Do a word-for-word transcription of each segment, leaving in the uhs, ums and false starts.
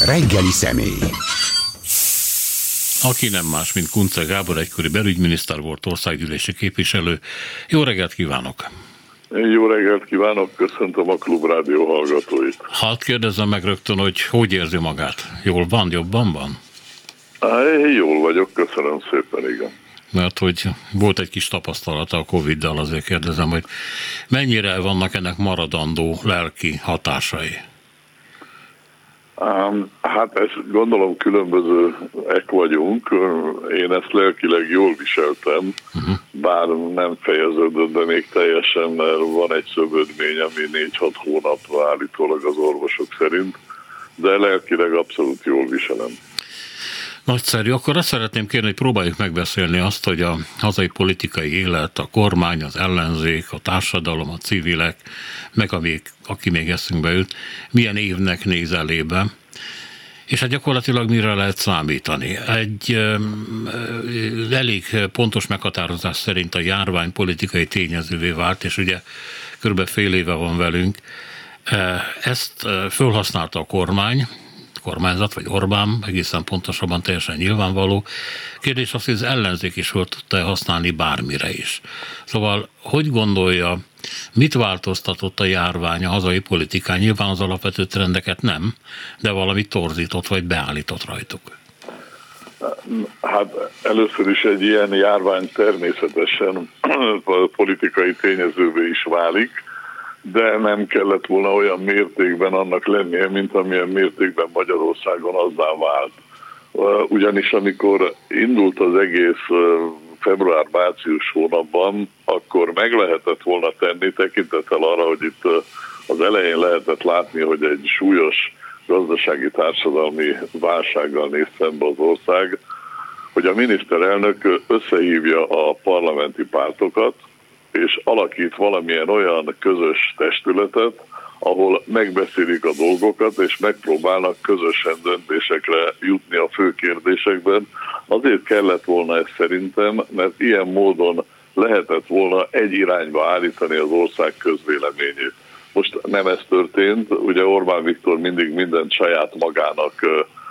Reggeli személy. Aki nem más, mint Kunce Gábor, egykori belügyminiszter volt, országgyűlési képviselő. Jó reggelt kívánok! Jó reggelt kívánok, köszöntöm a Klubrádió hallgatóit. Hadd kérdezzem meg rögtön, hogy hogy érzi magát? Jól van, jobban van? Én jól vagyok, köszönöm szépen, igen. Mert hogy volt egy kis tapasztalata a Covid-dal, azért kérdezem, hogy mennyire vannak ennek maradandó lelki hatásai? Hát ezt gondolom különbözőek vagyunk. Én ezt lelkileg jól viseltem, uh-huh. bár nem fejeződött, de még teljesen, mert van egy szövődmény, ami négy-hat hónapra állítólag az orvosok szerint, de lelkileg abszolút jól viselem. Nagyszerű. Akkor azt szeretném kérni, hogy próbáljuk megbeszélni azt, hogy a hazai politikai élet, a kormány, az ellenzék, a társadalom, a civilek, meg amíg, aki még eszünkbe jut, milyen évnek néz elébe, és hát gyakorlatilag mire lehet számítani. Egy ö, elég pontos meghatározás szerint a járvány politikai tényezővé vált, és ugye kb. Fél éve van velünk. Ezt fölhasználta a kormány, kormányzat, vagy Orbán, egészen pontosabban teljesen nyilvánvaló. Kérdés az, hogy az ellenzék is volt tudta használni bármire is. Szóval, hogy gondolja, mit változtatott a járvány a hazai politikán? Nyilván az alapvető trendeket nem, de valamit torzított, vagy beállított rajtuk. Hát először is egy ilyen járvány természetesen politikai tényezővé is válik, de nem kellett volna olyan mértékben annak lennie, mint amilyen mértékben Magyarországon azzá vált. Ugyanis amikor indult az egész február-március hónapban, akkor meg lehetett volna tenni, tekintettel arra, hogy itt az elején lehetett látni, hogy egy súlyos gazdasági társadalmi válsággal néz szembe az ország, hogy a miniszterelnök összehívja a parlamenti pártokat, és alakít valamilyen olyan közös testületet, ahol megbeszélik a dolgokat, és megpróbálnak közösen döntésekre jutni a fő kérdésekben. Azért kellett volna ez szerintem, mert ilyen módon lehetett volna egy irányba állítani az ország közvéleményét. Most nem ez történt, ugye Orbán Viktor mindig mindent saját magának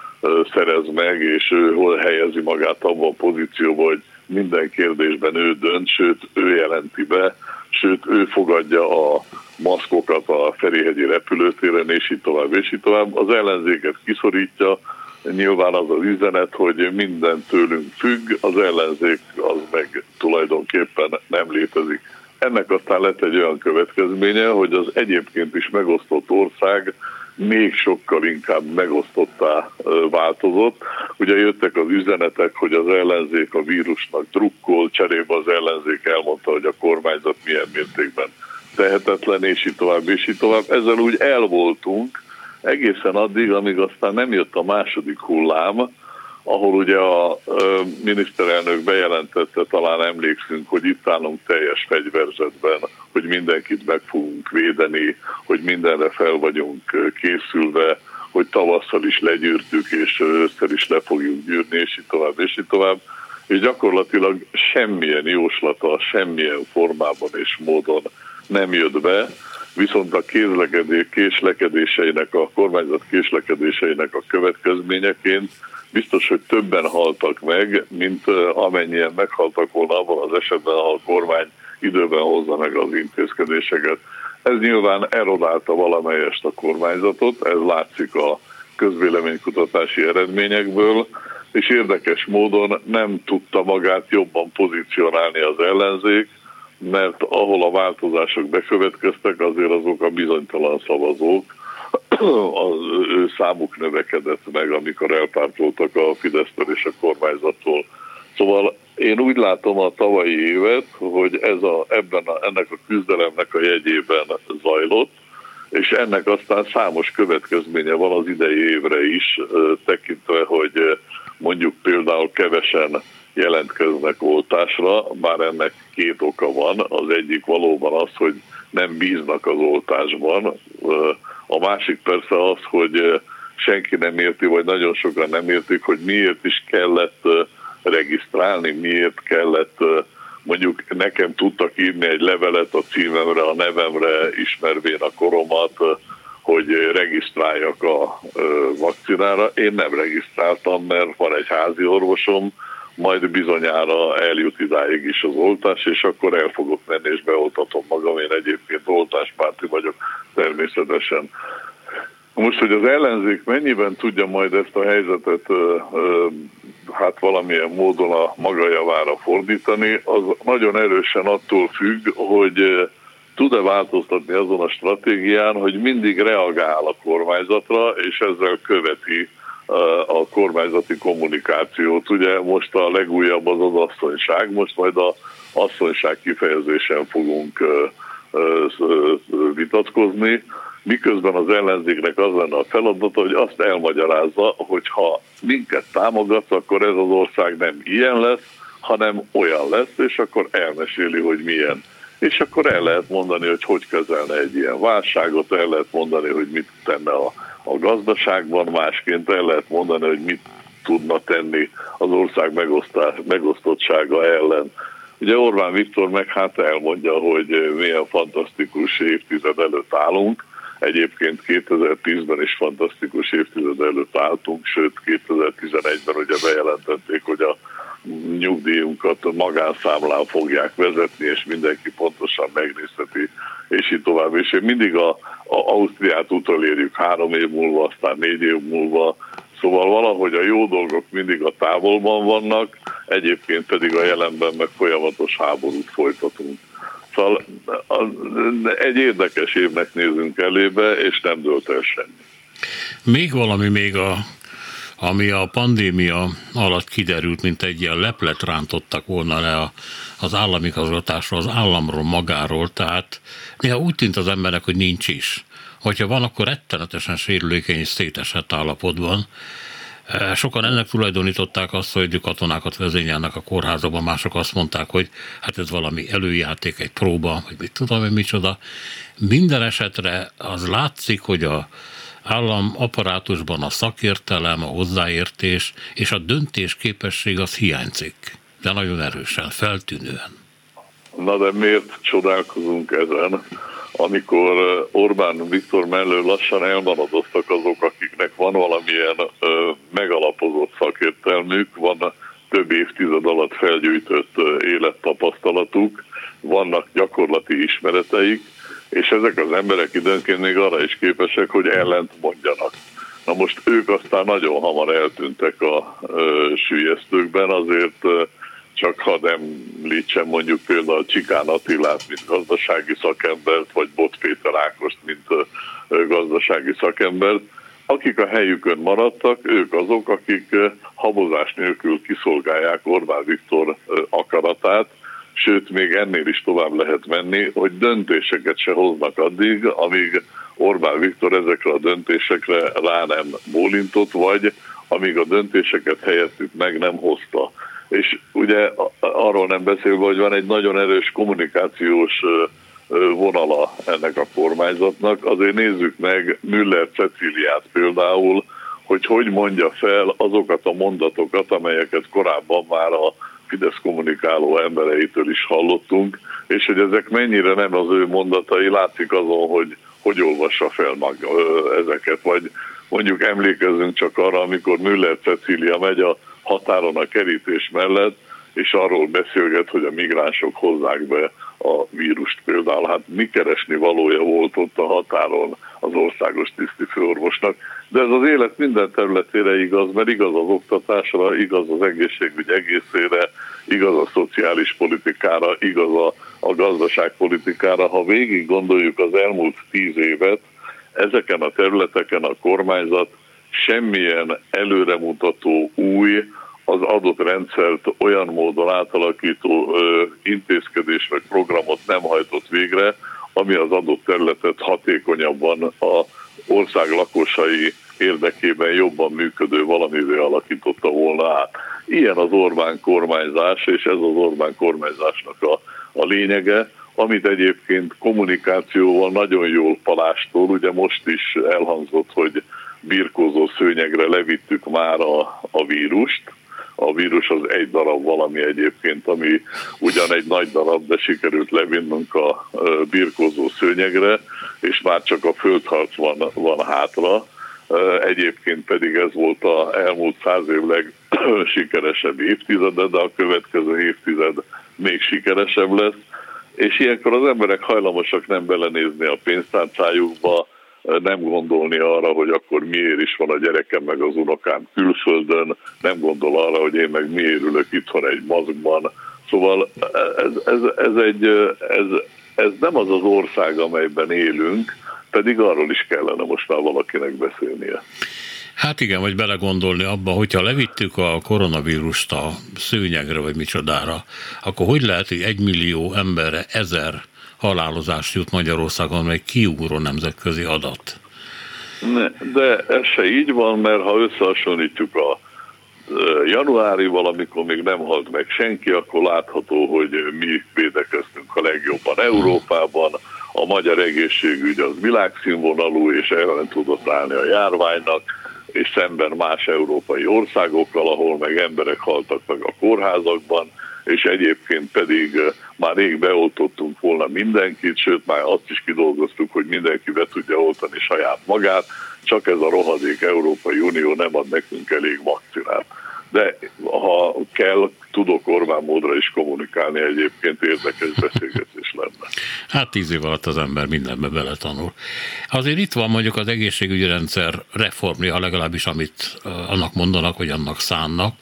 szerez meg, és ő hol helyezi magát abban a pozícióban, hogy minden kérdésben ő dönt, sőt, ő jelenti be, sőt, ő fogadja a maszkokat a Ferihegyi repülőtéren, és így tovább, és így tovább. Az ellenzéket kiszorítja, nyilván az az üzenet, hogy minden tőlünk függ, az ellenzék az meg tulajdonképpen nem létezik. Ennek aztán lett egy olyan következménye, hogy az egyébként is megosztott ország még sokkal inkább megosztottá változott. Ugye jöttek az üzenetek, hogy az ellenzék a vírusnak drukkol, cserébe az ellenzék elmondta, hogy a kormányzat milyen mértékben tehetetlen, és így tovább, és így tovább. Ezzel úgy elvoltunk egészen addig, amíg aztán nem jött a második hullám, ahol ugye a ö, miniszterelnök bejelentette, talán emlékszünk, hogy itt állunk teljes fegyverzetben, hogy mindenkit meg fogunk védeni, hogy mindenre fel vagyunk készülve, hogy tavasszal is legyűrtük, és ősszel is le fogjuk gyűrni, és így tovább, és így tovább. És gyakorlatilag semmilyen jóslata, semmilyen formában és módon nem jött be, viszont a késlekedéseinek, a kormányzat késlekedéseinek a következményeként biztos, hogy többen haltak meg, mint amennyien meghaltak volna abban az esetben, ahol a kormány időben hozza meg az intézkedéseket. Ez nyilván erodálta valamelyest a kormányzatot, ez látszik a közvéleménykutatási eredményekből, és érdekes módon nem tudta magát jobban pozícionálni az ellenzék, mert ahol a változások bekövetkeztek, azért azok a bizonytalan szavazók, az ő számuk növekedett meg, amikor elpártoltak a Fidesztől és a kormányzattól. Szóval én úgy látom a tavalyi évet, hogy ez a, ebben a, ennek a küzdelemnek a jegyében zajlott, és ennek aztán számos következménye van az idei évre is, tekintve, hogy mondjuk például kevesen jelentkeznek oltásra, bár ennek két oka van. Az egyik valóban az, hogy nem bíznak az oltásban. A másik persze az, hogy senki nem érti, vagy nagyon sokan nem értik, hogy miért is kellett regisztrálni, miért kellett, mondjuk nekem tudtak írni egy levelet a címemre, a nevemre, ismervén a koromat, hogy regisztráljak a vakcinára. Én nem regisztráltam, mert van egy házi orvosom, majd bizonyára eljut idáig is az oltás, és akkor el fogok menni, és beoltatom magam. Én egyébként oltáspárti vagyok természetesen. Most, hogy az ellenzék mennyiben tudja majd ezt a helyzetet hát valamilyen módon a maga javára fordítani, az nagyon erősen attól függ, hogy tud-e változtatni azon a stratégián, hogy mindig reagál a kormányzatra, és ezzel követi a kormányzati kommunikációt. Ugye most a legújabb az az asszonyság, most majd az asszonyság kifejezésen fogunk vitatkozni, miközben az ellenzéknek az lenne a feladata, hogy azt elmagyarázza, hogy ha minket támogatsz, akkor ez az ország nem ilyen lesz, hanem olyan lesz, és akkor elmeséli, hogy milyen. És akkor el lehet mondani, hogy hogy kezelne egy ilyen válságot, el lehet mondani, hogy mit tenne a, a gazdaságban, másként el lehet mondani, hogy mit tudna tenni az ország megosztás, megosztottsága ellen. Ugye Orbán Viktor meg hát elmondja, hogy milyen fantasztikus évtized előtt állunk. Egyébként kétezer-tízben is fantasztikus évtized előtt álltunk, sőt kétezer-tizenegyben ugye bejelentették, hogy a nyugdíjunkat magánszámlán fogják vezetni, és mindenki pontosan megnézheti, és így tovább. És én mindig a, a Ausztriát utolérjük három év múlva, aztán négy év múlva, szóval valahogy a jó dolgok mindig a távolban vannak, egyébként pedig a jelenben meg folyamatos háborút folytatunk. Szóval egy érdekes évnek nézünk elébe, és nem dőlt el semmi. Még valami még a ami a pandémia alatt kiderült, mint egy ilyen leplet rántottak volna le a, az államigazgatásról, az államról magáról, tehát néha úgy tűnt az embernek, hogy nincs is. Hogyha van, akkor rettenetesen sérülékeny és szétesett állapotban. Sokan ennek tulajdonították azt, hogy katonákat vezényelnek a kórházakban, mások azt mondták, hogy hát ez valami előjáték, egy próba, vagy mit tudom én micsoda. Minden esetre az látszik, hogy a állam apparátusban a szakértelem, a hozzáértés és a döntésképesség az hiányzik, de nagyon erősen, feltűnően. Na de miért csodálkozunk ezen, amikor Orbán Viktor mellől lassan elmaradoztak azok, akiknek van valamilyen ö, megalapozott szakértelmük, van több évtized alatt felgyűjtött élettapasztalatuk, vannak gyakorlati ismereteik, és ezek az emberek időnként még arra is képesek, hogy ellent mondjanak. Na most ők aztán nagyon hamar eltűntek a ö, süllyesztőkben, azért ö, csak hadd említsem mondjuk például Csikán Attilát, mint gazdasági szakembert, vagy Bot Péter Ákost, mint ö, ö, gazdasági szakembert. Akik a helyükön maradtak, ők azok, akik ö, habozás nélkül kiszolgálják Orbán Viktor ö, akaratát, sőt, még ennél is tovább lehet menni, hogy döntéseket se hoznak addig, amíg Orbán Viktor ezekre a döntésekre rá nem bólintott, vagy amíg a döntéseket helyettük meg nem hozta. És ugye arról nem beszélve, hogy van egy nagyon erős kommunikációs vonala ennek a kormányzatnak. Azért nézzük meg Müller Cecíliát például, hogy hogy mondja fel azokat a mondatokat, amelyeket korábban már a Fidesz kommunikáló embereitől is hallottunk, és hogy ezek mennyire nem az ő mondatai, látszik azon, hogy hogy olvassa fel maga ezeket, vagy mondjuk emlékezzünk csak arra, amikor Müller Cecília megy a határon a kerítés mellett, és arról beszélget, hogy a migránsok hozzák be a vírust például. Hát mi keresni valója volt ott a határon az országos tisztifőorvosnak, de ez az élet minden területére igaz, mert igaz az oktatásra, igaz az egészségügy egészére, igaz a szociális politikára, igaz a, a gazdaságpolitikára. Ha végig gondoljuk az elmúlt tíz évet, ezeken a területeken a kormányzat semmilyen előremutató új, az adott rendszert olyan módon átalakító ö, intézkedés vagy programot nem hajtott végre, ami az adott területet hatékonyabban az ország lakosai érdekében jobban működő valamivé alakította volna át. Ilyen az Orbán kormányzás, és ez az Orbán kormányzásnak a, a lényege, amit egyébként kommunikációval nagyon jól palástol, ugye most is elhangzott, hogy birkózó szőnyegre levittük már a, a vírust, a vírus az egy darab valami egyébként, ami ugyan egy nagy darab, de sikerült levinnünk a birkózó szőnyegre, és már csak a földharc van, van hátra. Egyébként pedig ez volt az elmúlt száz év legsikeresebb évtizede, de a következő évtized még sikeresebb lesz. És ilyenkor az emberek hajlamosak nem belenézni a pénztárcájukba, nem gondolni arra, hogy akkor miért is van a gyerekem meg az unokám külföldön, nem gondol arra, hogy én meg miért ülök itthon egy maszkban. Szóval ez, ez, ez, egy, ez, ez nem az az ország, amelyben élünk, pedig arról is kellene most már valakinek beszélnie. Hát igen, vagy belegondolni abba, hogyha levittük a koronavírust a szőnyegre, vagy micsodára, akkor hogy lehet, hogy egy millió emberre ezer halálozást jut Magyarországon, meg kiugró nemzetközi adat? Ne, de ez se így van, mert ha összehasonlítjuk a januárival, amikor még nem halt meg senki, akkor látható, hogy mi védekeztünk a legjobban Európában, a magyar egészségügy az világszínvonalú, és ellen tudott állni a járványnak, és szemben más európai országokkal, ahol meg emberek haltak meg a kórházakban, és egyébként pedig már rég beoltottunk volna mindenkit, sőt már azt is kidolgoztuk, hogy mindenki be tudja oltani saját magát, csak ez a rohadék Európai Unió nem ad nekünk elég vakcinát. De ha kell, tudok Orbán módra is kommunikálni, egyébként érdekes beszélgetés lenne. Hát tíz év alatt az ember mindenbe beletanul. Azért itt van mondjuk az egészségügyi rendszer reformja, legalábbis amit annak mondanak, vagy annak szánnak.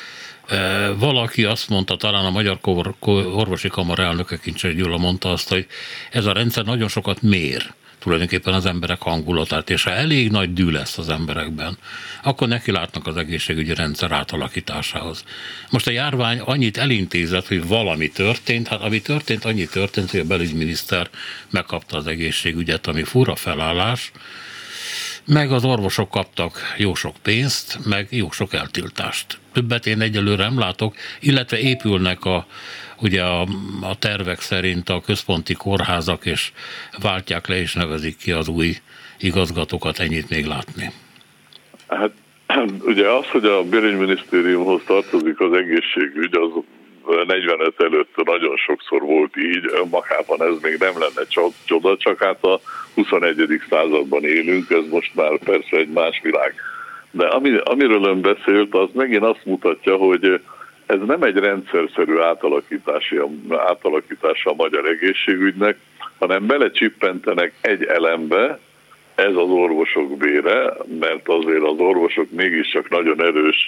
Valaki azt mondta, talán a Magyar Orvosi Kamara elnöke Kincsei Gyula mondta azt, hogy ez a rendszer nagyon sokat mér tulajdonképpen az emberek hangulatát, és ha elég nagy dű lesz az emberekben, akkor neki látnak az egészségügyi rendszer átalakításához. Most a járvány annyit elintézett, hogy valami történt, hát ami történt, annyi történt, hogy a belügyminiszter megkapta az egészségügyet, ami fura felállás, meg az orvosok kaptak jó sok pénzt, meg jó sok eltiltást. Többet én egyelőre nem látok, illetve épülnek a, ugye a, a tervek szerint a központi kórházak, és váltják le és nevezik ki az új igazgatókat, ennyit még látni. Hát ugye az, hogy a belügyminisztériumhoz tartozik az egészségügy, az negyvenöt előtt nagyon sokszor volt így, önmagában ez még nem lenne csak csoda, csak hát a huszonegyedik században élünk, ez most már persze egy más világ. De ami, amiről ön beszélt, az megint azt mutatja, hogy ez nem egy rendszerszerű átalakítása, átalakítása a magyar egészségügynek, hanem belecsippentenek egy elembe, ez az orvosok bére, mert azért az orvosok mégiscsak nagyon erős,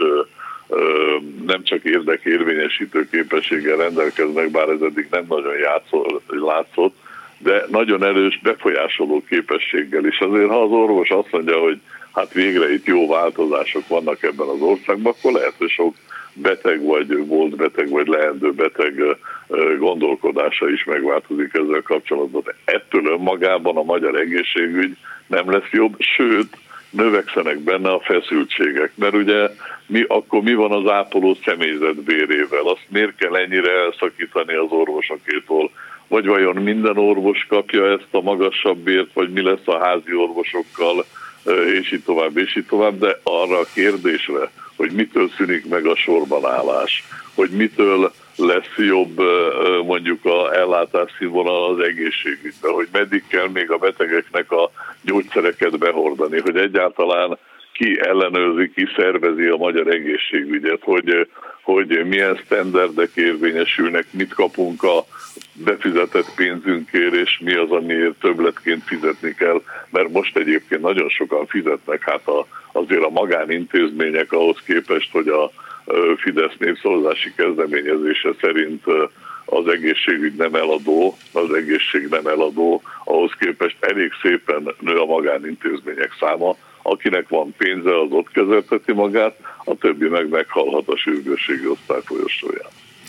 nem csak érdekérvényesítő képességgel rendelkeznek, bár ez eddig nem nagyon játszol, látszott, de nagyon erős befolyásoló képességgel is. Azért, ha az orvos azt mondja, hogy hát végre itt jó változások vannak ebben az országban, akkor lehet, hogy sok beteg, vagy volt beteg, vagy leendő beteg gondolkodása is megváltozik ezzel kapcsolatban. De ettől önmagában a magyar egészségügy nem lesz jobb, sőt, növekszenek benne a feszültségek. Mert ugye mi, akkor mi van az ápoló személyzet bérével? Azt miért kell ennyire elszakítani az orvosokétól? Vagy vajon minden orvos kapja ezt a magasabb bért, vagy mi lesz a házi orvosokkal, és így tovább, és így tovább. De arra a kérdésre, hogy mitől szűnik meg a sorbanállás, hogy mitől lesz jobb mondjuk a ellátás színvonal az egészségügyben, hogy meddig kell még a betegeknek a gyógyszereket behordani, hogy egyáltalán ki ellenőrzi, ki szervezi a magyar egészségügyet, hogy, hogy milyen sztenderdek érvényesülnek, mit kapunk a befizetett pénzünkért, és mi az, amiért többletként fizetni kell, mert most egyébként nagyon sokan fizetnek, hát a, azért a magánintézmények ahhoz képest, hogy a Fidesz népszavazási kezdeményezése szerint az egészségügy nem eladó, az egészség nem eladó, ahhoz képest elég szépen nő a magánintézmények száma. Akinek van pénze, az ott kezelteti magát, a többi meg meghalhat a sürgősségi osztály folyosóján.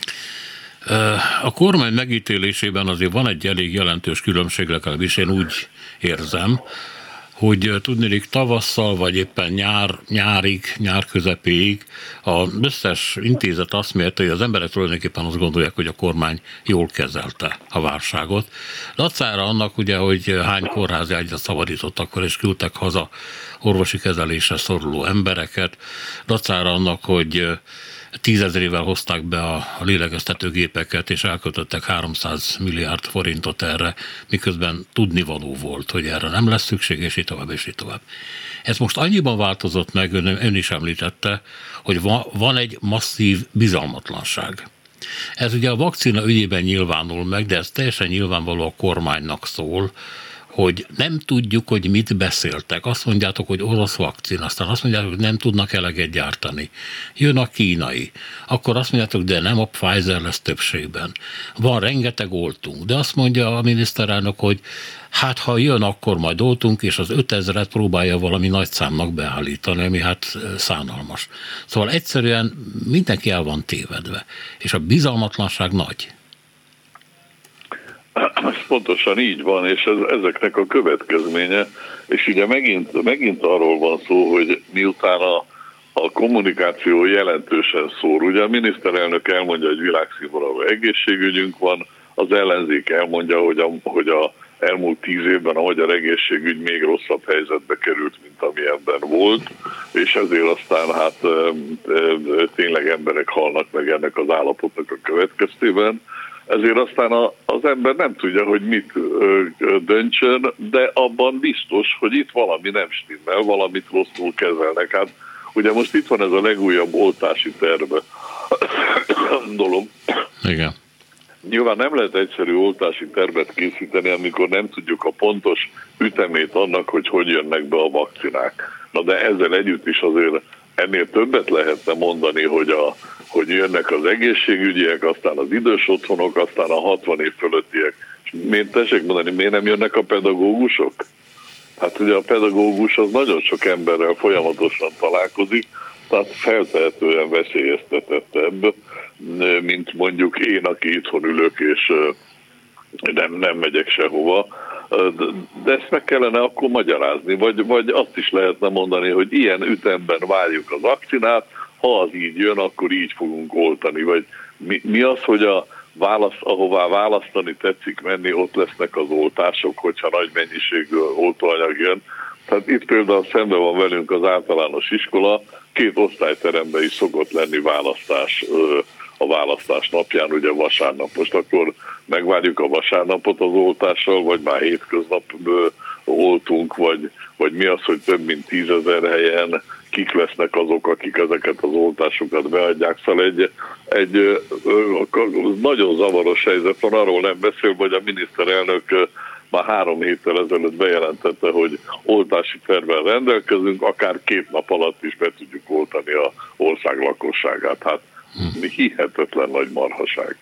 A kormány megítélésében azért van egy elég jelentős különbség, legalábbis én úgy érzem, hogy tudniillik tavasszal, vagy éppen nyár, nyárig, nyár közepéig az összes intézet azt mérte, hogy az emberek tulajdonképpen azt gondolják, hogy a kormány jól kezelte a válságot. Dacára annak ugye, hogy hány kórházi ágyat szabadított akkor, és küldtek haza orvosi kezelésre szoruló embereket. Dacára annak, hogy tízezrével hozták be a lélegeztetőgépeket, és elköltöttek háromszáz milliárd forintot erre, miközben tudnivaló volt, hogy erre nem lesz szükség, és így tovább, és így tovább. Ez most annyiban változott meg, ön, ön is említette, hogy va, van egy masszív bizalmatlanság. Ez ugye a vakcina ügyében nyilvánul meg, de ez teljesen nyilvánvaló a kormánynak szól, hogy nem tudjuk, hogy mit beszéltek. Azt mondjátok, hogy orosz vakcina, aztán azt mondjátok, hogy nem tudnak eleget gyártani. Jön a kínai. Akkor azt mondjátok, de nem, a Pfizer lesz többségben. Van rengeteg oltunk, de azt mondja a miniszterelnök, hogy hát ha jön, akkor majd oltunk, és az ötezret próbálja valami nagy számnak beállítani, ami hát szánalmas. Szóval egyszerűen mindenki el van tévedve, és a bizalmatlanság nagy. Ez pontosan így van, és ez, ezeknek a következménye, és ugye megint, megint arról van szó, hogy miután a, a kommunikáció jelentősen szór, ugye a miniszterelnök elmondja, hogy világszínvonalú egészségügyünk van, az ellenzék elmondja, hogy a, hogy a elmúlt tíz évben a magyar egészségügy még rosszabb helyzetbe került, mint amilyenben volt, és ezért aztán hát e, e, tényleg emberek halnak meg ennek az állapotnak a következtében. Ezért aztán a, az ember nem tudja, hogy mit ö, ö, döntsön, de abban biztos, hogy itt valami nem stimmel, valamit rosszul kezelnek. Hát ugye most itt van ez a legújabb oltási terv dolog. Igen. Nyilván nem lehet egyszerű oltási tervet készíteni, amikor nem tudjuk a pontos ütemét annak, hogy hogy jönnek be a vakcinák. Na de ezzel együtt is azért ennél többet lehetne mondani, hogy, a, hogy jönnek az egészségügyiek, aztán az idős otthonok, aztán a hatvan év fölöttiek. És miért tessék mondani, miért nem jönnek a pedagógusok? Hát ugye a pedagógus az nagyon sok emberrel folyamatosan találkozik, tehát feltehetően veszélyeztetettebb, mint mondjuk én, aki itthon ülök, és nem, nem megyek sehova. De ezt meg kellene akkor magyarázni, vagy, vagy azt is lehetne mondani, hogy ilyen ütemben várjuk az vakcinát, ha az így jön, akkor így fogunk oltani. Vagy mi, mi az, hogy a válasz, ahová választani tetszik menni, ott lesznek az oltások, hogyha nagy mennyiségű oltóanyag jön. Tehát itt például szemben van velünk az általános iskola, két osztályteremben is szokott lenni választás a választás napján, ugye vasárnap. Most akkor megvárjuk a vasárnapot az oltással, vagy már hétköznap oltunk, vagy, vagy mi az, hogy több mint tízezer helyen kik lesznek azok, akik ezeket az oltásokat beadják. Szóval egy, egy nagyon zavaros helyzet van, arról nem beszél, hogy a miniszterelnök már három héttel ezelőtt bejelentette, hogy oltási tervvel rendelkezünk, akár két nap alatt is be tudjuk oltani az ország lakosságát. Hát mi hihetetlen nagy marhaság.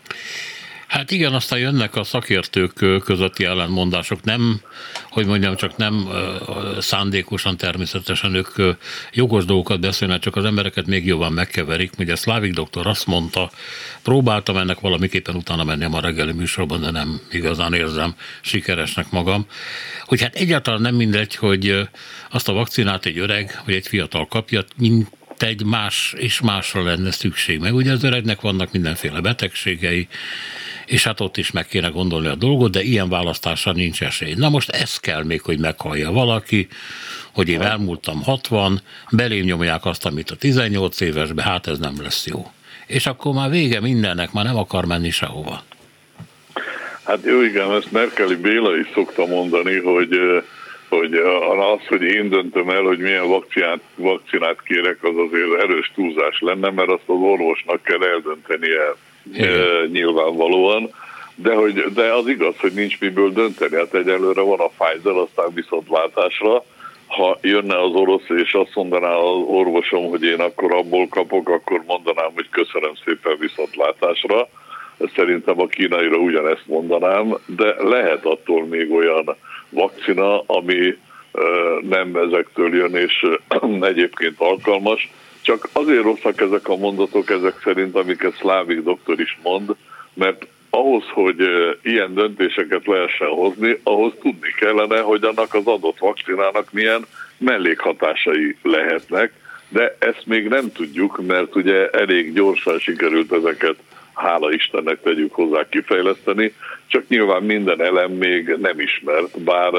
Hát igen, aztán jönnek a szakértők közötti ellentmondások, nem, hogy mondjam, csak nem szándékosan természetesen ők jogos dolgokat beszélnek, csak az embereket még jobban megkeverik. Ugye Szlávik doktor azt mondta, próbáltam ennek valamiképpen utána menni a reggeli műsorban, de nem igazán érzem sikeresnek magam, hogy hát egyáltalán nem mindegy, hogy azt a vakcinát egy öreg vagy egy fiatal kapja, mint egy más és másra lenne szükség. Meg ugye az öregnek vannak mindenféle betegségei, és hát ott is meg kéne gondolni a dolgot, de ilyen választásra nincs esély. Na most ez kell még, hogy meghallja valaki, hogy én elmúltam hatvan, belém nyomják azt, amit a tizennyolc évesbe, hát ez nem lesz jó. És akkor már vége mindennek, már nem akar menni sehova. Hát jó, igen, ezt Merkeli Béla is szokta mondani, hogy hogy az, hogy én döntöm el, hogy milyen vakcinát, vakcinát kérek, az azért erős túlzás lenne, mert azt az orvosnak kell eldöntenie e, nyilvánvalóan, de, hogy, de az igaz, hogy nincs miből dönteni. Hát egyelőre van a Pfizer, aztán viszontlátásra. Ha jönne az orosz, és azt mondaná az orvosom, hogy én akkor abból kapok, akkor mondanám, hogy köszönöm szépen, viszontlátásra. Szerintem a kínaira ugyanezt mondanám, de lehet attól még olyan vakcina, ami nem ezektől jön, és egyébként alkalmas. Csak azért rosszak ezek a mondatok, ezek szerint, amiket Szlávik doktor is mond, mert ahhoz, hogy ilyen döntéseket lehessen hozni, ahhoz tudni kellene, hogy annak az adott vakcinának milyen mellékhatásai lehetnek, de ezt még nem tudjuk, mert ugye elég gyorsan sikerült ezeket, hála Istennek tegyük hozzá, kifejleszteni, csak nyilván minden elem még nem ismert, bár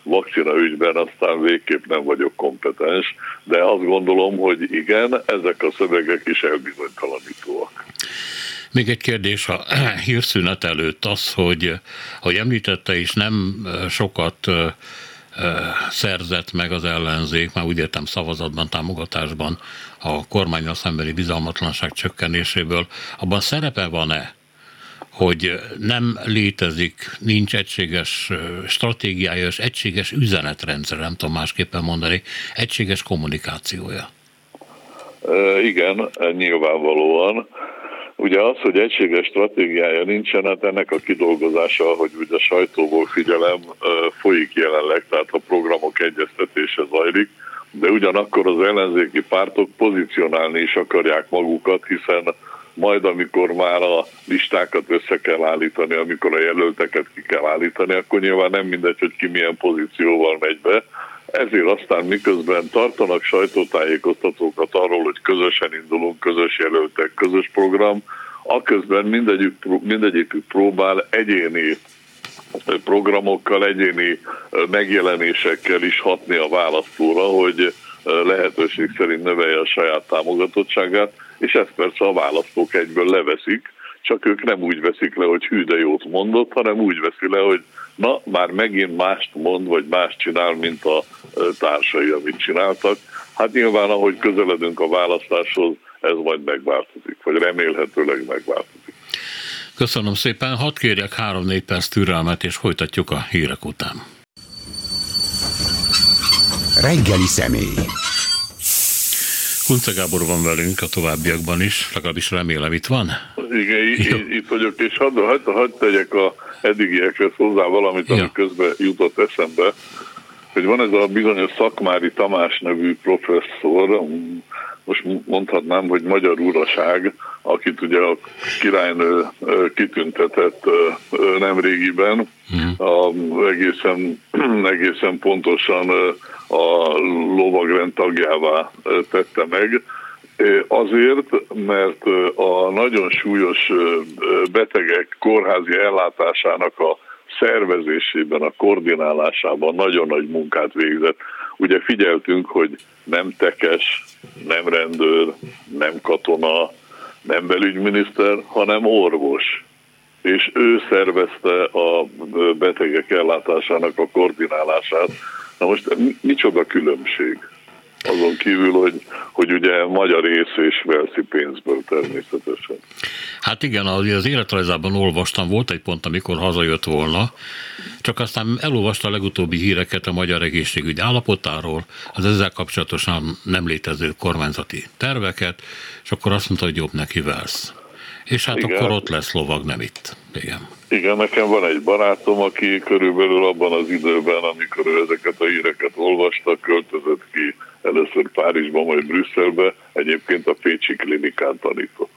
vakcina ügyben aztán végképp nem vagyok kompetens, de azt gondolom, hogy igen, ezek a szövegek is elbizonytalanítóak. Még egy kérdés a hírszünet előtt az, hogy, hogy említette is, nem sokat szerzett meg az ellenzék, már úgy értem szavazatban, támogatásban a kormánnyal szembeni bizalmatlanság csökkenéséből. Abban szerepe van-e, hogy nem létezik, nincs egységes stratégiája és egységes üzenetrendszer, nem tudom másképpen mondani, egységes kommunikációja? E, igen, nyilvánvalóan. Ugye az, hogy egységes stratégiája nincsen, hát ennek a kidolgozása, hogy ugye a sajtóból figyelem, folyik jelenleg, tehát a programok egyeztetése zajlik, de ugyanakkor az ellenzéki pártok pozícionálni is akarják magukat, hiszen majd amikor már a listákat össze kell állítani, amikor a jelölteket ki kell állítani, akkor nyilván nem mindegy, hogy ki milyen pozícióval megy be. Ezért aztán miközben tartanak sajtótájékoztatókat arról, hogy közösen indulunk, közös jelöltek, közös program, aközben mindegyik, mindegyikük próbál egyéni programokkal, egyéni megjelenésekkel is hatni a választóra, hogy lehetőség szerint növelje a saját támogatottságát, és ezt persze a választók egyből leveszik, csak ők nem úgy veszik le, hogy hű de jót mondott, hanem úgy veszi le, hogy na, már megint mást mond, vagy mást csinál, mint a társai, amit csináltak. Hát nyilván, ahogy közeledünk a választáshoz, ez majd megváltozik, vagy remélhetőleg megváltozik. Köszönöm szépen, hadd kérjek három-négy perc türelmet, és folytatjuk a hírek után. Reggeli személy. Kunce Gábor van velünk a továbbiakban is, legalábbis remélem itt van. Igen, itt vagyok, és hadd had, had tegyek a eddigiekhez hozzá valamit, ami ja. közben jutott eszembe, hogy van ez a bizonyos Szakmári Tamás nevű professzor, most mondhatnám, hogy magyar uraság, akit ugye a királynő kitüntetett nemrégiben, a, egészen, egészen pontosan a lovagrend tagjává tette meg, azért, mert a nagyon súlyos betegek kórházi ellátásának a szervezésében, a koordinálásában nagyon nagy munkát végzett. Ugye figyeltünk, hogy nem tekes, nem rendőr, nem katona, nem belügyminiszter, hanem orvos. És ő szervezte a betegek ellátásának a koordinálását. Na most micsoda különbség? Azon kívül, hogy, hogy ugye magyar ész és velszi pénzből természetesen. Hát igen, az életrajzában olvastam, volt egy pont, amikor hazajött volna, csak aztán elolvasta a legutóbbi híreket a magyar egészségügy állapotáról, az ezzel kapcsolatosan nem létező kormányzati terveket, és akkor azt mondta, hogy jobb neki Velsz. És hát igen. Akkor ott lesz lovag, nem itt. Igen. Igen, nekem van egy barátom, aki körülbelül abban az időben, amikor ő ezeket a híreket olvasta, költözött ki először Párizsba, majd Brüsszelbe, egyébként a Pécsi klinikán tanított.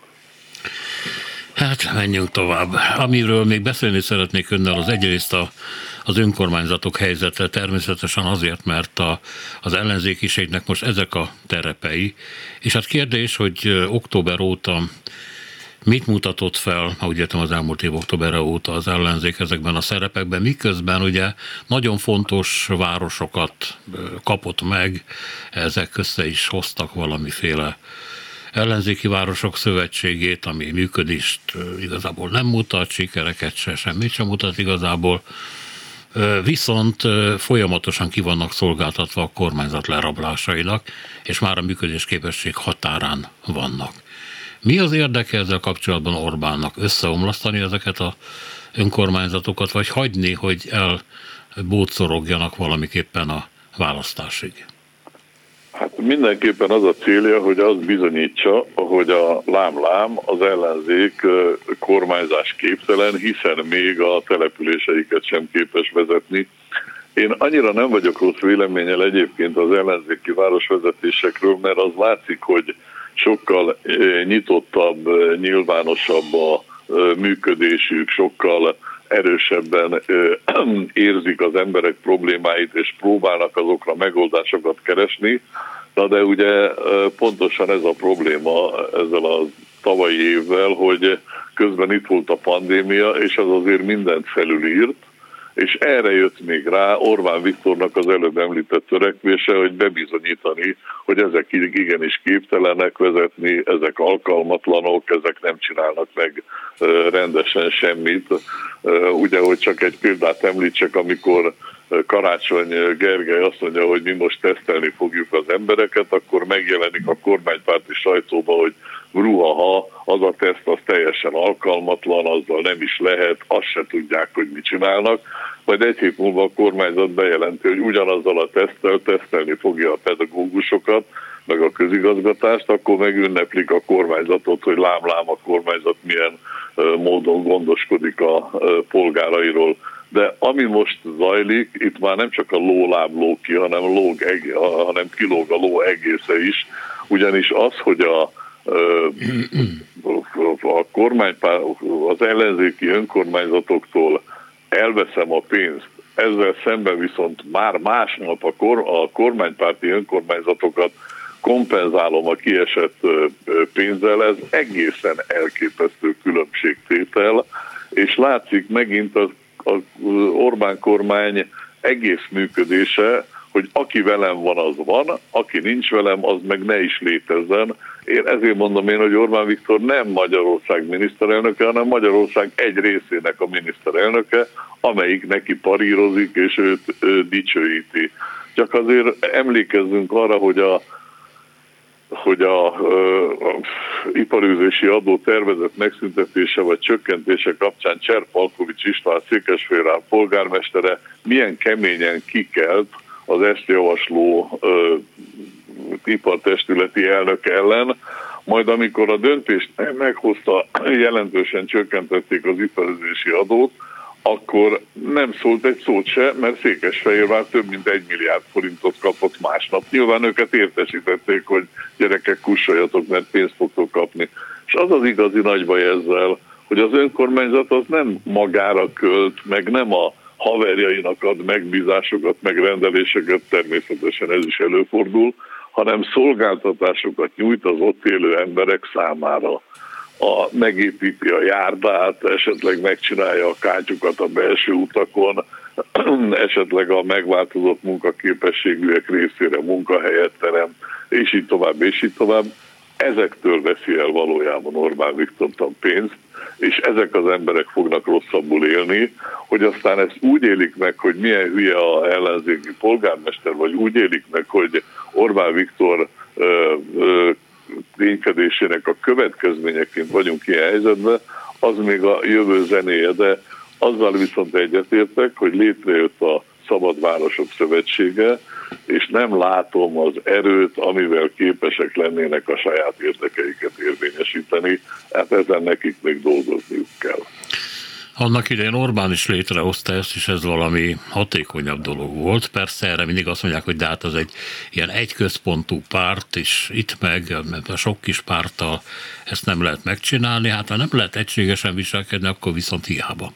Hát menjünk tovább. Amiről még beszélni szeretnék önnel, az egyrészt a, az önkormányzatok helyzete, természetesen azért, mert a, az ellenzékiségnek most ezek a terepei. És hát kérdés, hogy október óta mit mutatott fel, ahogy értem az elmúlt év októberre óta az ellenzék ezekben a szerepekben, miközben ugye nagyon fontos városokat kapott meg, ezek össze is hoztak valamiféle ellenzéki városok szövetségét, ami működést igazából nem mutat, sikereket se, semmit sem mutat igazából, viszont folyamatosan ki vannak szolgáltatva a kormányzat lerablásainak, és már a működésképesség határán vannak. Mi az érdeke ezzel kapcsolatban Orbánnak? Összeomlasztani ezeket az önkormányzatokat, vagy hagyni, hogy elbócorogjanak valamiképpen a választásig? Hát mindenképpen az a célja, hogy az bizonyítsa, hogy a lám-lám az ellenzék kormányzás képtelen, hiszen még a településeiket sem képes vezetni. Én annyira nem vagyok rossz véleménnyel egyébként az ellenzéki városvezetésekről, mert az látszik, hogy sokkal nyitottabb, nyilvánosabb a működésük, sokkal erősebben érzik az emberek problémáit, és próbálnak azokra megoldásokat keresni. Na de ugye pontosan ez a probléma ezzel a tavalyi évvel, hogy közben itt volt a pandémia, és az azért mindent felülírt, és erre jött még rá Orbán Viktornak az előbb említett törekvése, hogy bebizonyítani, hogy ezek igenis képtelenek vezetni, ezek alkalmatlanok, ezek nem csinálnak meg rendesen semmit. Ugye, hogy csak egy példát említsek, amikor Karácsony Gergely azt mondja, hogy mi most tesztelni fogjuk az embereket, akkor megjelenik a kormánypárti sajtóba, hogy ruhaha, az a teszt az teljesen alkalmatlan, azzal nem is lehet, azt se tudják, hogy mit csinálnak. Majd egy hét múlva a kormányzat bejelenti, hogy ugyanazzal a teszttel tesztelni fogja a pedagógusokat, meg a közigazgatást, akkor megünneplik a kormányzatot, hogy lám-lám a kormányzat milyen módon gondoskodik a polgárairól. De ami most zajlik, itt már nem csak a lóláb lóg ki, hanem, lóg, hanem kilóg a ló egésze is, ugyanis az, hogy a, a kormánypár, az ellenzéki önkormányzatoktól elveszem a pénzt, ezzel szemben viszont már másnap a, kor, a kormánypárti önkormányzatokat kompenzálom a kiesett pénzzel, ez egészen elképesztő különbségtétel, és látszik megint az az Orbán kormány egész működése, hogy aki velem van, az van, aki nincs velem, az meg ne is létezzen. Én ezért mondom én, hogy Orbán Viktor nem Magyarország miniszterelnöke, hanem Magyarország egy részének a miniszterelnöke, amelyik neki parírozik, és őt ő dicsőíti. Csak azért emlékezzünk arra, hogy a hogy a, a, a iparűzési adó tervezett megszüntetése vagy csökkentése kapcsán Cserp Palkovics István Székesfehérvár polgármestere milyen keményen kikelt az ezt javasló ö, ipartestületi elnök ellen, majd amikor a döntést meghozta, jelentősen csökkentették az iparűzési adót, akkor nem szólt egy szót se, mert Székesfehérvár több mint egy milliárd forintot kapott másnap. Nyilván őket értesítették, hogy gyerekek, kussoljatok, mert pénzt fogtok kapni. És az az igazi nagy baj ezzel, hogy az önkormányzat az nem magára költ, meg nem a haverjainak ad megbízásokat, meg rendeléseket, természetesen ez is előfordul, hanem szolgáltatásokat nyújt az ott élő emberek számára. A, megépíti a járdát, esetleg megcsinálja a kátyukat a belső utakon, esetleg a megváltozott munkaképességűek részére munkahelyet terem, és így tovább, és így tovább. Ezektől veszi el valójában Orbán Viktor a pénzt, és ezek az emberek fognak rosszabbul élni, hogy aztán ezt úgy élik meg, hogy milyen hülye a ellenzéki polgármester, vagy úgy élik meg, hogy Orbán Viktor ö, ö, ténykedésének a következményeként vagyunk ilyen helyzetben, az még a jövő zenéje, de azzal viszont egyetértek, hogy létrejött a Szabad Városok Szövetsége, és nem látom az erőt, amivel képesek lennének a saját érdekeiket érvényesíteni, hát ezen nekik még dolgozniuk kell. Annak idején Orbán is létrehozta ezt, és ez valami hatékonyabb dolog volt. Persze erre mindig azt mondják, hogy de hát az egy ilyen egyközpontú párt, és itt meg, mert a sok kis párttal ezt nem lehet megcsinálni. Hát ha nem lehet egységesen viselkedni, akkor viszont hiába.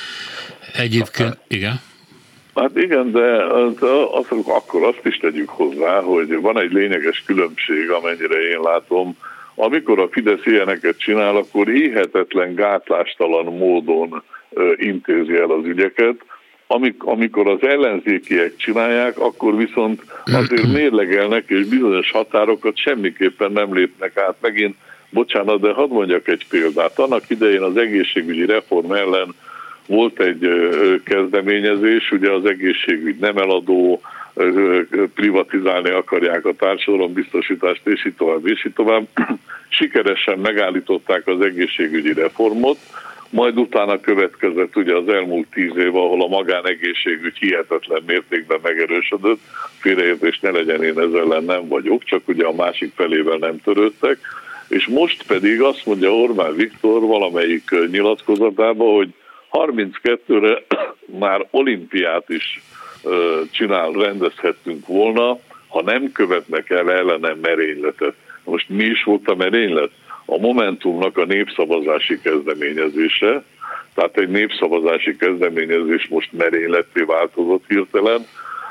Egyébként, igen? Hát igen, de az, az, akkor azt is tegyük hozzá, hogy van egy lényeges különbség, amennyire én látom. Amikor a Fidesz ilyeneket csinál, akkor éhetetlen, gátlástalan módon ö, intézi el az ügyeket. Amik, amikor az ellenzékiek csinálják, akkor viszont azért mérlegelnek, és bizonyos határokat semmiképpen nem lépnek át. Megint, bocsánat, de hadd mondjak egy példát. Annak idején az egészségügyi reform ellen volt egy ö, kezdeményezés, ugye az egészségügy nem eladó, privatizálni akarják a társadalombiztosítást, és így tovább, és így tovább. Sikeresen megállították az egészségügyi reformot, majd utána következett ugye az elmúlt tíz év, ahol a magánegészségügy hihetetlen mértékben megerősödött. Félreértés ne legyen, én ezzel ellen nem vagyok, csak ugye a másik felével nem törődtek. És most pedig azt mondja Orbán Viktor valamelyik nyilatkozatában, hogy harminckettőre már olimpiát is csinál, rendezhettünk volna, ha nem követnek el ellenem merényletet. Most mi is volt a merénylet? A Momentumnak a népszavazási kezdeményezése, tehát egy népszavazási kezdeményezés most merényletté változott hirtelen,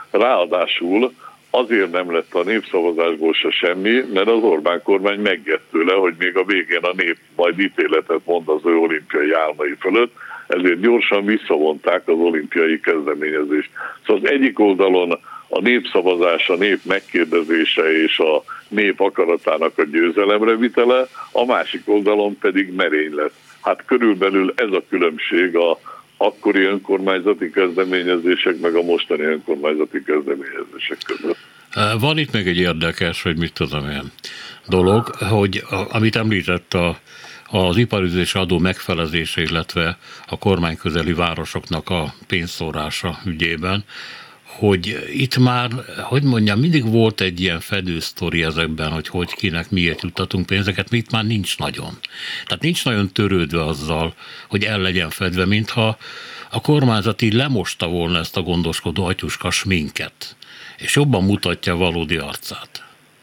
ráadásul azért nem lett a népszavazásból se semmi, mert az Orbán kormány megjött tőle, hogy még a végén a nép majd ítéletet mond az ő olimpiai álmai fölött. ezért gyorsan visszavonták az olimpiai kezdeményezést. Szóval az egyik oldalon a népszavazás, a nép megkérdezése és a nép akaratának a győzelemre vitele, a másik oldalon pedig merénylet. Hát körülbelül ez a különbség a akkori önkormányzati kezdeményezések meg a mostani önkormányzati kezdeményezések között. Van itt még egy érdekes, hogy mit tudom én dolog, hogy amit említett a, az iparüzési adó megfelezése, illetve a kormányközeli városoknak a pénzszórása ügyében, hogy itt már, hogy mondjam, mindig volt egy ilyen fedősztori ezekben, hogy hogy kinek miért juttatunk pénzeket, itt már nincs nagyon. Tehát nincs nagyon törődve azzal, hogy el legyen fedve, mintha a kormányzat így lemosta volna ezt a gondoskodó atyuska sminket, és jobban mutatja a valódi arcát.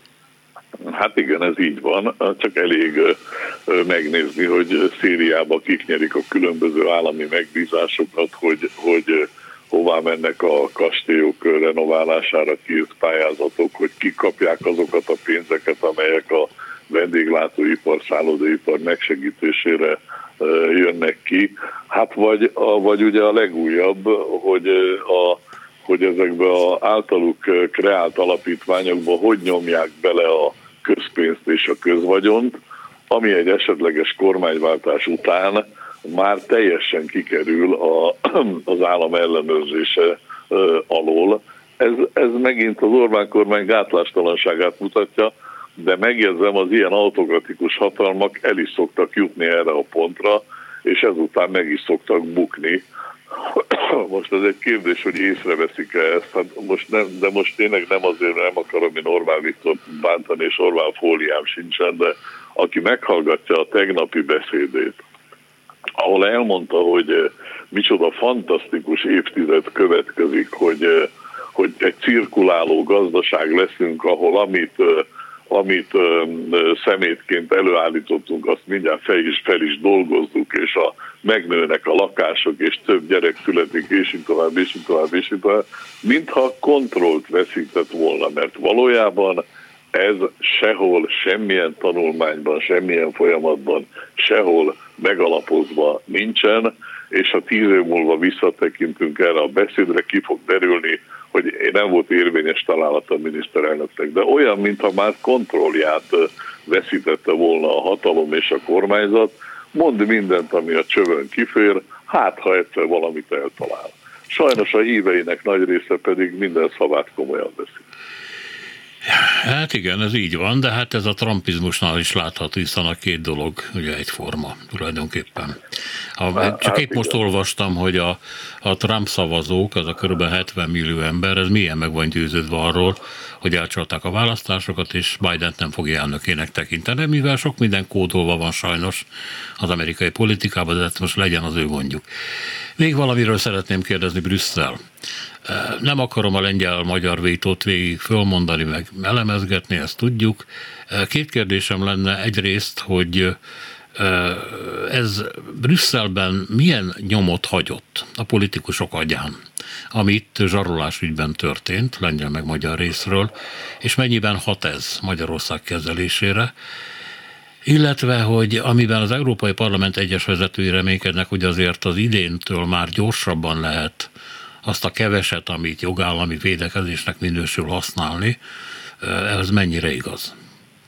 Hát igen, ez így van, csak elég megnézni, hogy Szíriába kik nyerik a különböző állami megbízásokat, hogy, hogy hová mennek a kastélyok renoválására kiírt pályázatok, hogy kik kapják azokat a pénzeket, amelyek a vendéglátóipar, szállodaipar megsegítésére jönnek ki. Hát vagy, vagy ugye a legújabb, hogy, a, hogy ezekbe az általuk kreált alapítványokba hogy nyomják bele a közpénzt és a közvagyont, ami egy esetleges kormányváltás után már teljesen kikerül a, az állam ellenőrzése alól. Ez, ez megint az Orbán kormány gátlástalanságát mutatja, de megjegyzem, az ilyen autokratikus hatalmak el is szoktak jutni erre a pontra, és ezután meg is szoktak bukni. Most ez egy kérdés, hogy észreveszik-e ezt, hát most nem, de most tényleg nem azért, nem akarom én Orbán Viktor bántani, és Orbán fóliám sincsen, de aki meghallgatja a tegnapi beszédét, ahol elmondta, hogy micsoda fantasztikus évtized következik, hogy, hogy egy cirkuláló gazdaság leszünk, ahol amit, amit szemétként előállítottunk, azt mindjárt fel is, fel is dolgozzuk, és a, megnőnek a lakások, és több gyerek születik, és így tovább, és így tovább, és így tovább, mintha kontrollt veszített volna, mert valójában ez sehol, semmilyen tanulmányban, semmilyen folyamatban, sehol megalapozva nincsen, és ha tíz év múlva visszatekintünk erre a beszédre, ki fog derülni, hogy nem volt érvényes találat a miniszterelnöknek, de olyan, mintha már kontrollját veszítette volna a hatalom és a kormányzat, mond mindent, ami a csövön kifér, hát ha egyszer valamit eltalál. Sajnos a híveinek nagy része pedig minden szavát komolyan veszi. Hát igen, ez így van, de hát ez a trumpizmusnál is látható, hiszen a két dolog ugye egyforma tulajdonképpen. A, csak hát épp igen. Most olvastam, hogy a, a Trump szavazók, az a kb. hetven millió ember, ez milyen meg van győződve arról, hogy elcsalták a választásokat, és Bident nem fogja elnökének tekinteni, mivel sok minden kódolva van sajnos az amerikai politikában, de ez most legyen az ő gondjuk. Még valamiről szeretném kérdezni Brüsszel. Nem akarom a lengyel-magyar vétót végig fölmondani, meg elemezgetni, ezt tudjuk. Két kérdésem lenne, egyrészt, hogy ez Brüsszelben milyen nyomot hagyott a politikusok agyán, ami itt zsarolás ügyben történt, lengyel meg magyar részről, és mennyiben hat ez Magyarország kezelésére, illetve, hogy amiben az Európai Parlament egyes vezetői reménykednek, hogy azért az idéntől már gyorsabban lehet azt a keveset, amit jogállami védekezésnek minősül használni, ez mennyire igaz?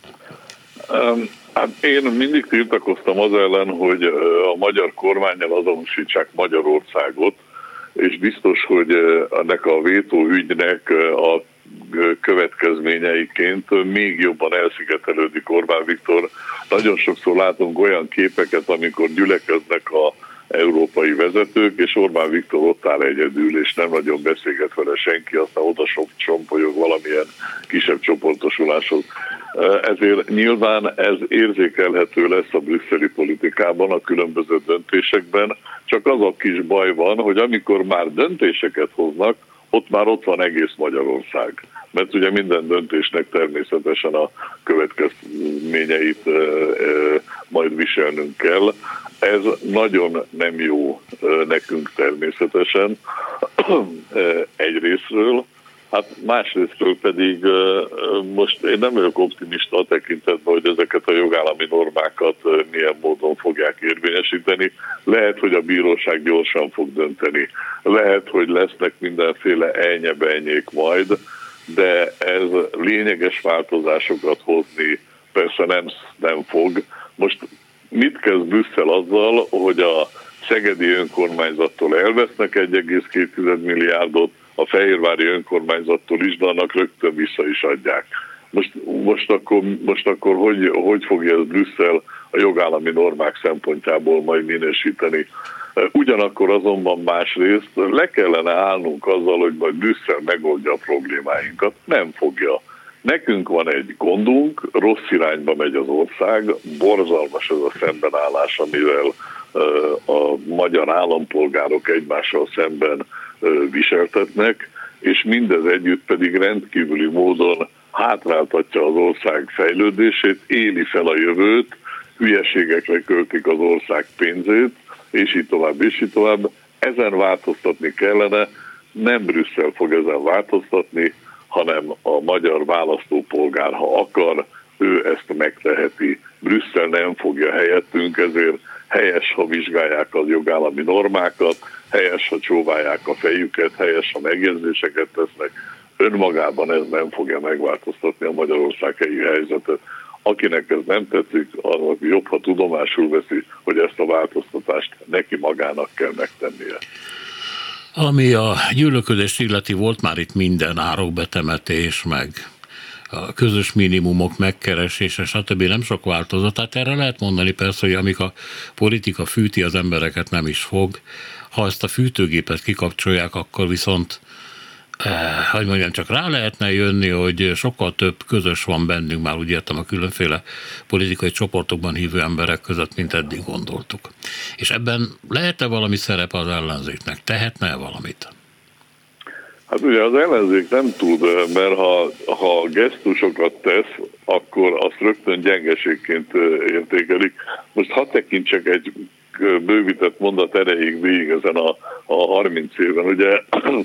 Um, hát én mindig tiltakoztam az ellen, hogy a magyar kormánnyal azonosítsák Magyarországot, és biztos, hogy ennek a vétóügynek a következményeiként még jobban elszigetelődik Orbán Viktor. Nagyon sokszor látunk olyan képeket, amikor gyülekeznek a európai vezetők, és Orbán Viktor ott áll egyedül, és nem nagyon beszélget vele senki, aztán oda sompolyog valamilyen kisebb csoportosuláshoz. Ezért nyilván ez érzékelhető lesz a brüsszeli politikában, a különböző döntésekben, csak az a kis baj van, hogy amikor már döntéseket hoznak, ott már ott van egész Magyarország. Mert ugye minden döntésnek természetesen a következményeit e, e, majd viselnünk kell. Ez nagyon nem jó nekünk természetesen egyrészről, Hát másrésztről pedig most én nem vagyok optimista a tekintetben, hogy ezeket a jogállami normákat milyen módon fogják érvényesíteni. Lehet, hogy a bíróság gyorsan fog dönteni. Lehet, hogy lesznek mindenféle elnyebenyék majd, de ez lényeges változásokat hozni persze nem, nem fog. Most mit kezd Brüsszel azzal, hogy a szegedi önkormányzattól elvesznek egy egész két milliárdot, a fehérvári önkormányzattól is, de annak rögtön vissza is adják. Most, most akkor, most akkor hogy, hogy fogja ez Brüsszel a jogállami normák szempontjából majd minősíteni? Ugyanakkor azonban másrészt le kellene állnunk azzal, hogy majd Brüsszel megoldja a problémáinkat. Nem fogja. Nekünk van egy gondunk, rossz irányba megy az ország, borzalmas ez a szembenállás, amivel a magyar állampolgárok egymással szemben viseltetnek, és mindez együtt pedig rendkívüli módon hátráltatja az ország fejlődését, éli fel a jövőt, hülyeségekre költik az ország pénzét, és így tovább, és így tovább. Ezen változtatni kellene, nem Brüsszel fog ezen változtatni, hanem a magyar választópolgár, ha akar, ő ezt megteheti. Brüsszel nem fogja helyettünk, ezért helyes, ha vizsgálják a jogállami normákat, helyes, ha csóválják a fejüket, helyes, ha megjegyzéseket tesznek. Önmagában ez nem fogja megváltoztatni a Magyarország helyi helyzetet. Akinek ez nem tetszik, annak jobb, ha tudomásul veszi, hogy ezt a változtatást neki magának kell megtennie. Ami a gyűlölködést illeti, volt már itt minden árokbetemetés, meg a közös minimumok megkeresése, stb. Nem sok változat. Tehát erre lehet mondani persze, hogy amíg a politika fűti az embereket, nem is fog. Ha ezt a fűtőgépet kikapcsolják, akkor viszont eh, hogy mondjam, csak rá lehetne jönni, hogy sokkal több közös van bennünk, már úgy értem a különféle politikai csoportokban hívő emberek között, mint eddig gondoltuk. És ebben lehet-e valami szerep az ellenzéknek? Tehetne valamit? Hát ugye az ellenzék nem tud, mert ha, ha gesztusokat tesz, akkor azt rögtön gyengeségként értékelik. Most hadd tekintsek egy bővített mondat erejéig végig ezen a, a harminc éven. Ugye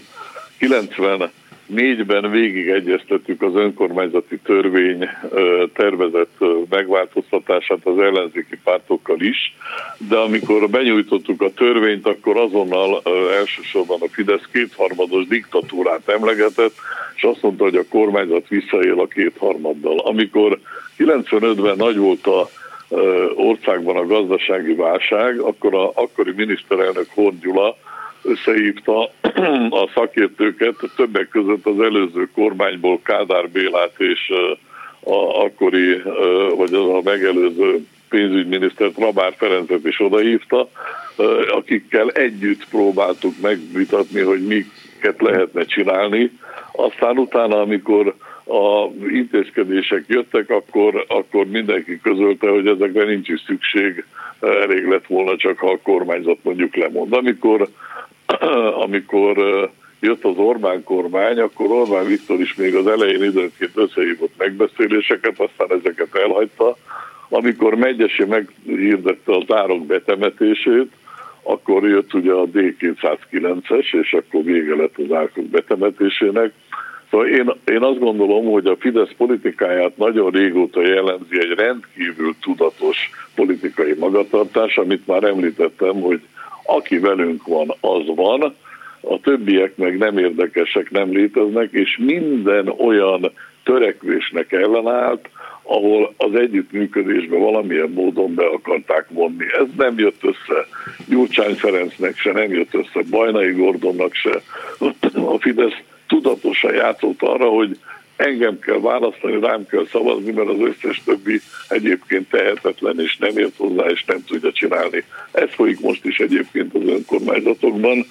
kilencvennégyben végig egyeztettük az önkormányzati törvény tervezett megváltoztatását az ellenzéki pártokkal is, de amikor benyújtottuk a törvényt, akkor azonnal elsősorban a Fidesz kétharmados diktatúrát emlegetett, és azt mondta, hogy a kormányzat visszaél a kétharmaddal. Amikor kilencvenötben nagy volt a országban a gazdasági válság, akkor a akkori miniszterelnök Horn Gyula összehívta a szakértőket, többek között az előző kormányból Kádár Bélát és a akkori, vagy az a megelőző pénzügyminisztert, Rabár Ferencet is odahívta, akikkel együtt próbáltuk megvitatni, hogy miket lehetne csinálni. Aztán utána, amikor a intézkedések jöttek, akkor, akkor mindenki közölte, hogy ezekre nincs is szükség, elég lett volna csak, ha a kormányzat mondjuk lemond. Amikor, amikor jött az Orbán kormány, akkor Orbán Viktor is még az elején időnként összehívott megbeszéléseket, aztán ezeket elhagyta. Amikor Medgyessy meghirdette az árok betemetését, akkor jött ugye a D kétszázkilences, és akkor vége lett az árok betemetésének. Szóval én, én azt gondolom, hogy a Fidesz politikáját nagyon régóta jellemzi egy rendkívül tudatos politikai magatartás, amit már említettem, hogy aki velünk van, az van, a többiek meg nem érdekesek, nem léteznek, és minden olyan törekvésnek ellenállt, ahol az együttműködésbe valamilyen módon be akarták vonni. Ez nem jött össze Gyurcsány Ferencnek se, nem jött össze Bajnai Gordonnak se. A Fidesz tudatosan játszott arra, hogy engem kell választani, rám kell szavazni, mert az összes többi egyébként tehetetlen, és nem ért hozzá, és nem tudja csinálni. Ez folyik most is egyébként az önkormányzatokban.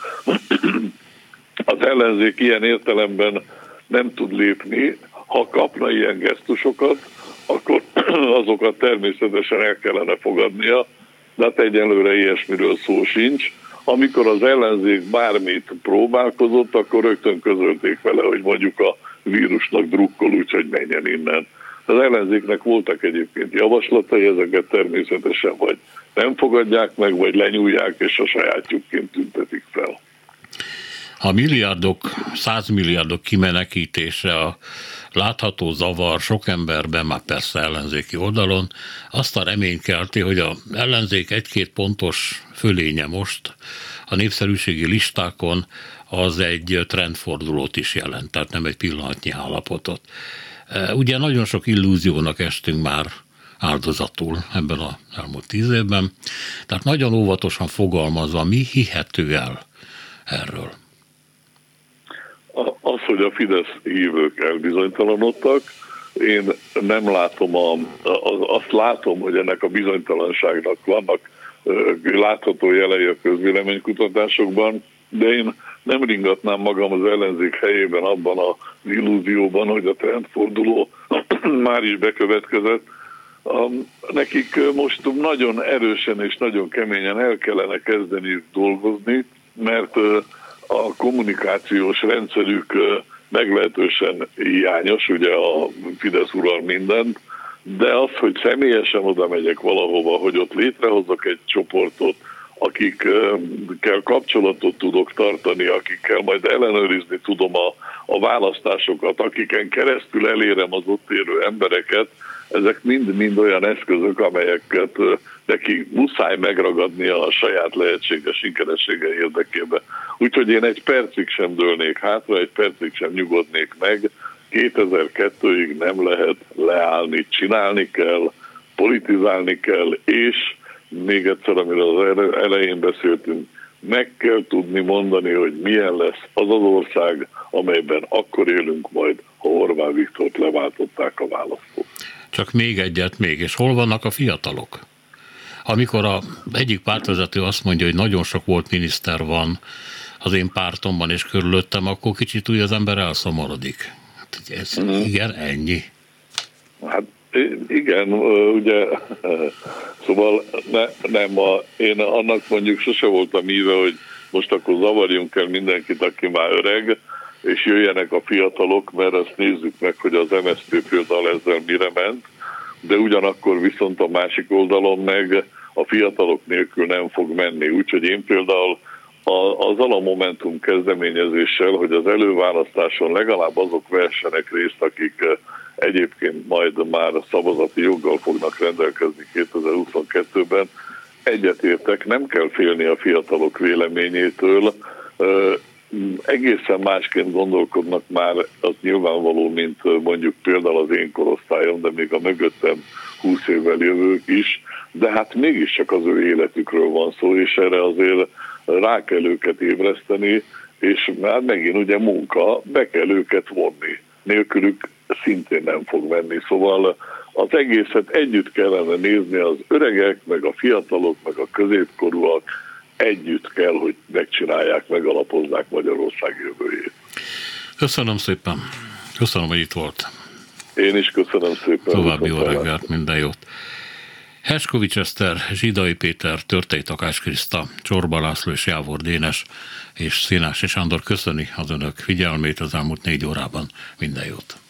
Az ellenzék ilyen értelemben nem tud lépni, ha kapna ilyen gesztusokat, akkor azokat természetesen el kellene fogadnia, de hát egyelőre ilyesmiről szó sincs. Amikor az ellenzék bármit próbálkozott, akkor rögtön közölték vele, hogy mondjuk a vírusnak drukkol, úgyhogy menjen innen. Az ellenzéknek voltak egyébként javaslatai, ezeket természetesen vagy nem fogadják meg, vagy lenyúlják, és a sajátjukként tüntetik fel. A milliárdok, százmilliárdok kimenekítése, a látható zavar sok emberben, már persze ellenzéki oldalon, azt a reményt kelti, hogy az ellenzék egy-két pontos fölénye most a népszerűségi listákon az egy trendfordulót is jelent, tehát nem egy pillanatnyi állapotot. Ugye nagyon sok illúziónak estünk már áldozatul ebben az elmúlt tíz évben, tehát nagyon óvatosan fogalmazva, mi hihető el erről? Az, hogy a Fidesz hívők elbizonytalanodtak, én nem látom, a, azt látom, hogy ennek a bizonytalanságnak vannak látható jelei a közvéleménykutatásokban, de én nem ringatnám magam az ellenzék helyében abban az illúzióban, hogy a trendforduló már is bekövetkezett. Nekik most nagyon erősen és nagyon keményen el kellene kezdeni dolgozni, mert a kommunikációs rendszerük meglehetősen hiányos, ugye a Fidesz ural mindent, de az, hogy személyesen oda megyek valahova, hogy ott létrehozok egy csoportot, akikkel kapcsolatot tudok tartani, akikkel majd ellenőrizni tudom a, a választásokat, akiken keresztül elérem az ott érő embereket, ezek mind-mind olyan eszközök, amelyeket neki muszáj megragadni a saját lehetséges sikeressége érdekében. Úgyhogy én egy percig sem dőlnék hátra, egy percig sem nyugodnék meg, kétezer-kettőig nem lehet leállni, csinálni kell, politizálni kell, és még egyszer, amiről az elején beszéltünk, meg kell tudni mondani, hogy milyen lesz az az ország, amelyben akkor élünk majd, ha Orbán Viktort leváltották a választók. Csak még egyet még, és hol vannak a fiatalok? Amikor az egyik pártvezető azt mondja, hogy nagyon sok volt miniszter van az én pártomban és körülöttem, akkor kicsit úgy az ember elszomorodik. Hát, ez, mm. Igen, ennyi. Hát igen, ugye, szóval ne, nem, a, én annak mondjuk sose voltam íve, hogy most akkor zavarjunk el mindenkit, aki már öreg, és jöjjenek a fiatalok, mert azt nézzük meg, hogy az em es zé pé például ezzel mire ment, de ugyanakkor viszont a másik oldalon meg a fiatalok nélkül nem fog menni. Úgyhogy én például azzal a Momentum kezdeményezéssel, hogy az előválasztáson legalább azok versenek részt, akik egyébként majd már szavazati joggal fognak rendelkezni kétezer-huszonkettőben, egyetértek, nem kell félni a fiatalok véleményétől, egészen másként gondolkodnak már, az nyilvánvaló, mint mondjuk például az én korosztályom, de még a mögöttem húsz évvel jövők is, de hát mégiscsak az ő életükről van szó, és erre azért rá kell őket ébreszteni, és már megint ugye munka, be kell őket vonni. Nélkülük szintén nem fog menni. Szóval az egészet együtt kellene nézni, az öregek, meg a fiatalok, meg a középkorúak együtt kell, hogy megcsinálják, megalapozzák Magyarország jövőjét. Köszönöm szépen. Köszönöm, hogy itt volt. Én is köszönöm szépen. További jó reggelt, minden jót. Herskovics Eszter, Zsidai Péter, Törtei Takács Kriszta, Csorba László és Jávor Dénes és Szénási Sándor köszöni az önök figyelmét az elmúlt négy órában. Minden jót.